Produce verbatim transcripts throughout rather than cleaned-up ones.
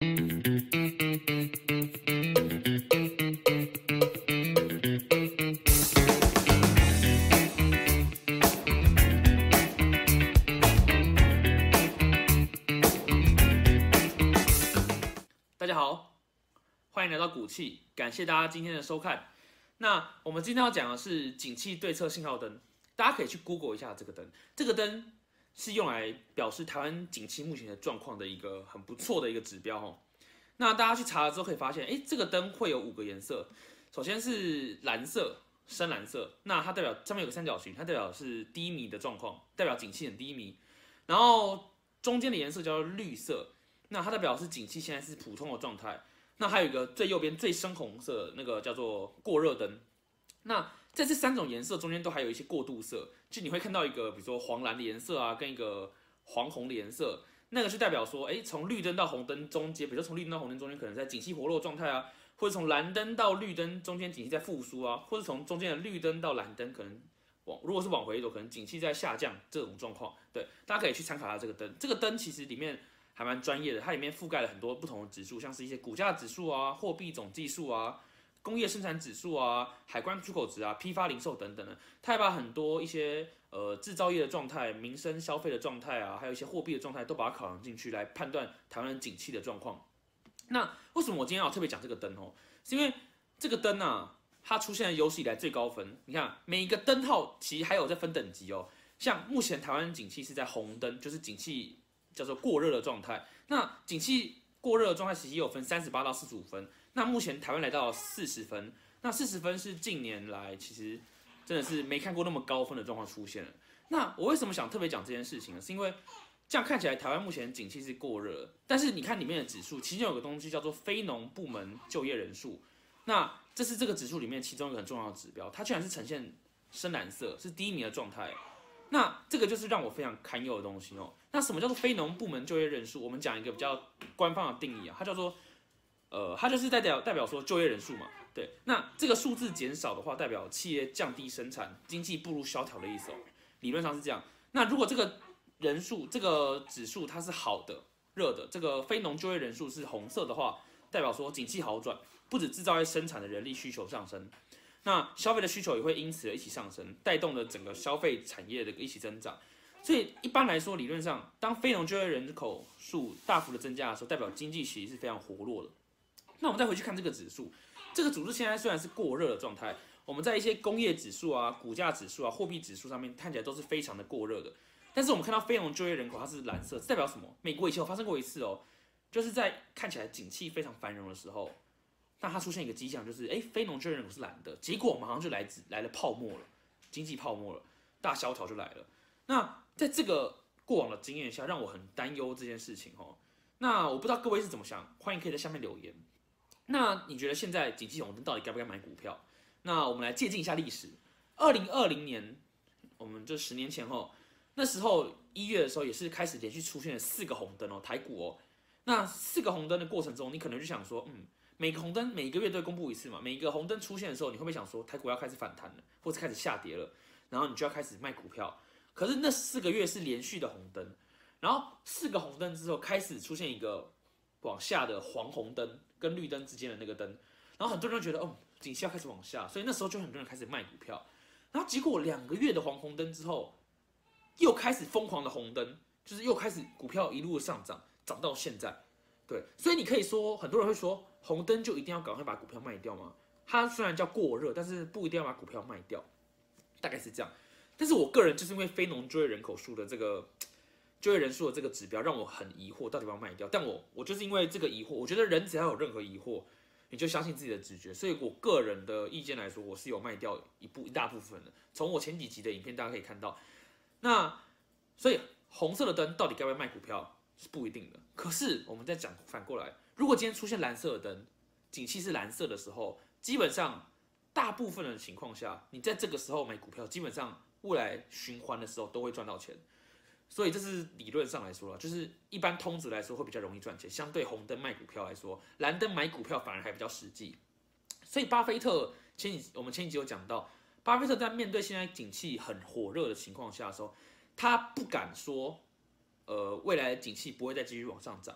大家好，欢迎来到股气，感谢大家今天的收看。那我们今天要讲的是景气对策信号灯，大家可以去 Google 一下这个灯。这个灯是用来表示台湾景气目前的状况的一个很不错的一个指标哦。那大家去查了之后可以发现，哎，这个灯会有五个颜色。首先是蓝色，深蓝色，那它代表上面有个三角形，它代表是低迷的状况，代表景气很低迷。然后中间的颜色叫做绿色。那它代表是景气现在是普通的状态。那还有一个最右边最深红色的那个叫做过热灯。那在这三种颜色中间都还有一些过渡色，就你会看到一个比如说黄蓝的颜色啊，跟一个黄红的颜色，那个是代表说，哎，从绿灯到红灯中间，比如说从绿灯到红灯中间可能在景气活络状态啊，或者从蓝灯到绿灯中间景气在复苏啊，或者从中间的绿灯到蓝灯可能往如果是往回走，可能景气在下降这种状况。对，大家可以去参考一下这个灯。这个灯其实里面还蛮专业的，它里面覆盖了很多不同的指数，像是一些股价指数啊、货币总计数啊、工业生产指数啊、海关出口值啊、批发零售等等的。它还把很多一些呃制造业的状态、民生消费的状态啊，还有一些货币的状态，都把它考量进去来判断台湾景气的状况。那为什么我今天要特别讲这个灯哦？是因为这个灯啊，它出现了有史以来最高分。你看每一个灯号其实还有在分等级哦。像目前台湾景气是在红灯，就是景气叫做过热的状态。那景气过热的状态其实也有分三十八到四十五分。那目前台湾来到四十分，那四十分是近年来其实真的是没看过那么高分的状况出现了。那我为什么想特别讲这件事情呢？是因为这样看起来台湾目前景气是过热，但是你看里面的指数，其中有个东西叫做非农部门就业人数。那这是这个指数里面其中一个很重要的指标，它居然是呈现深蓝色，是低迷的状态。那这个就是让我非常堪忧的东西哦。那什么叫做非农部门就业人数？我们讲一个比较官方的定义啊，它叫做，呃，它就是代表代表说就业人数嘛。对，那这个数字减少的话，代表企业降低生产，经济步入萧条的意思哦。理论上是这样。那如果这个人数这个指数它是好的、热的，这个非农就业人数是红色的话，代表说景气好转，不止制造业生产的人力需求上升。那消费的需求也会因此而一起上升，带动了整个消费产业的一起增长。所以一般来说，理论上，当非农就业人口数大幅的增加的时候，代表经济其实是非常活络的。那我们再回去看这个指数，这个指数现在虽然是过热的状态，我们在一些工业指数啊、股价指数啊、货币指数上面看起来都是非常的过热的。但是我们看到非农就业人口它是蓝色，这代表什么？美国以前有发生过一次哦，就是在看起来景气非常繁荣的时候。那它出现一个迹象，就是哎，非农就业人口是蓝的，结果马上就来来了泡沫了，经济泡沫了，大萧条就来了。那在这个过往的经验下，让我很担忧这件事情哦。那我不知道各位是怎么想，欢迎可以在下面留言。那你觉得现在景气红灯到底该不该买股票？那我们来借鉴一下历史。二零二零年，我们这十年前后，那时候一月的时候也是开始连续出现了四个红灯哦，台股哦。那四个红灯的过程中，你可能就想说，嗯。每个红灯每个月都会公布一次嘛，每一个红灯出现的时候，你会不会想说台股要开始反弹了，或是开始下跌了，然后你就要开始卖股票？可是那四个月是连续的红灯，然后四个红灯之后开始出现一个往下的黄红灯跟绿灯之间的那个灯，然后很多人就觉得哦，景气要开始往下，所以那时候就很多人开始卖股票，然后结果两个月的黄红灯之后，又开始疯狂的红灯，就是又开始股票一路上涨，涨到现在。对，所以你可以说，很多人会说，红灯就一定要赶快把股票卖掉吗？它虽然叫过热，但是不一定要把股票卖掉，大概是这样。但是我个人就是因为非农就业人口数的这个就业人数的这个指标，让我很疑惑，到底要不要卖掉？但我我就是因为这个疑惑，我觉得人只要有任何疑惑，你就相信自己的直觉。所以我个人的意见来说，我是有卖掉一部一大部分的。从我前几集的影片大家可以看到，那所以红色的灯到底该不该卖股票？是不一定的。可是我们再讲反过来，如果今天出现蓝色的灯，景气是蓝色的时候，基本上大部分的情况下，你在这个时候买股票，基本上未来循环的时候都会赚到钱。所以这是理论上来说了，就是一般通则来说会比较容易赚钱，相对红灯卖股票来说，蓝灯买股票反而还比较实际。所以巴菲特前几我们前几集有讲到，巴菲特在面对现在景气很火热的情况下的时候，他不敢说。呃，未来的景气不会再继续往上涨，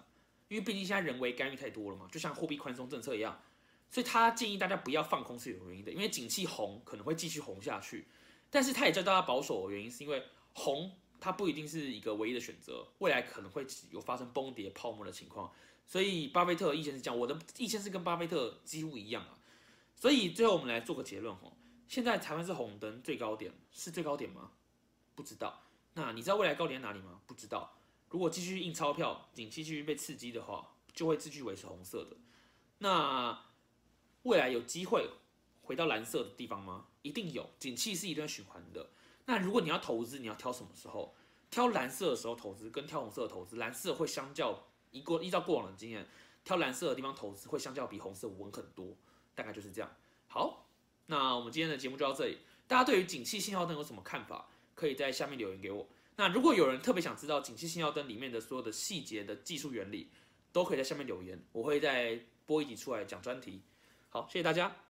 因为毕竟现在人为干预太多了嘛，就像货币宽松政策一样，所以他建议大家不要放空是有原因的，因为景气红可能会继续红下去，但是他也叫大家保守的原因是因为红它不一定是一个唯一的选择，未来可能会有发生崩跌泡沫的情况，所以巴菲特的意见是这样，我的意见是跟巴菲特几乎一样啊，所以最后我们来做个结论吼，现在台湾是红灯最高点，是最高点吗？不知道。那你知道未来高点在哪里吗？不知道。如果继续印钞票，景气继续被刺激的话，就会继续维持红色的。那未来有机会回到蓝色的地方吗？一定有，景气是一段循环的。那如果你要投资，你要挑什么时候？挑蓝色的时候投资，跟挑红色的投资，蓝色会相较依过依照过往的经验，挑蓝色的地方投资会相较比红色稳很多，大概就是这样。好，那我们今天的节目就到这里。大家对于景气信号灯有什么看法？可以在下面留言给我。那如果有人特别想知道景气信号灯里面的所有的细节的技术原理，都可以在下面留言，我会再播一集出来讲专题。好，谢谢大家。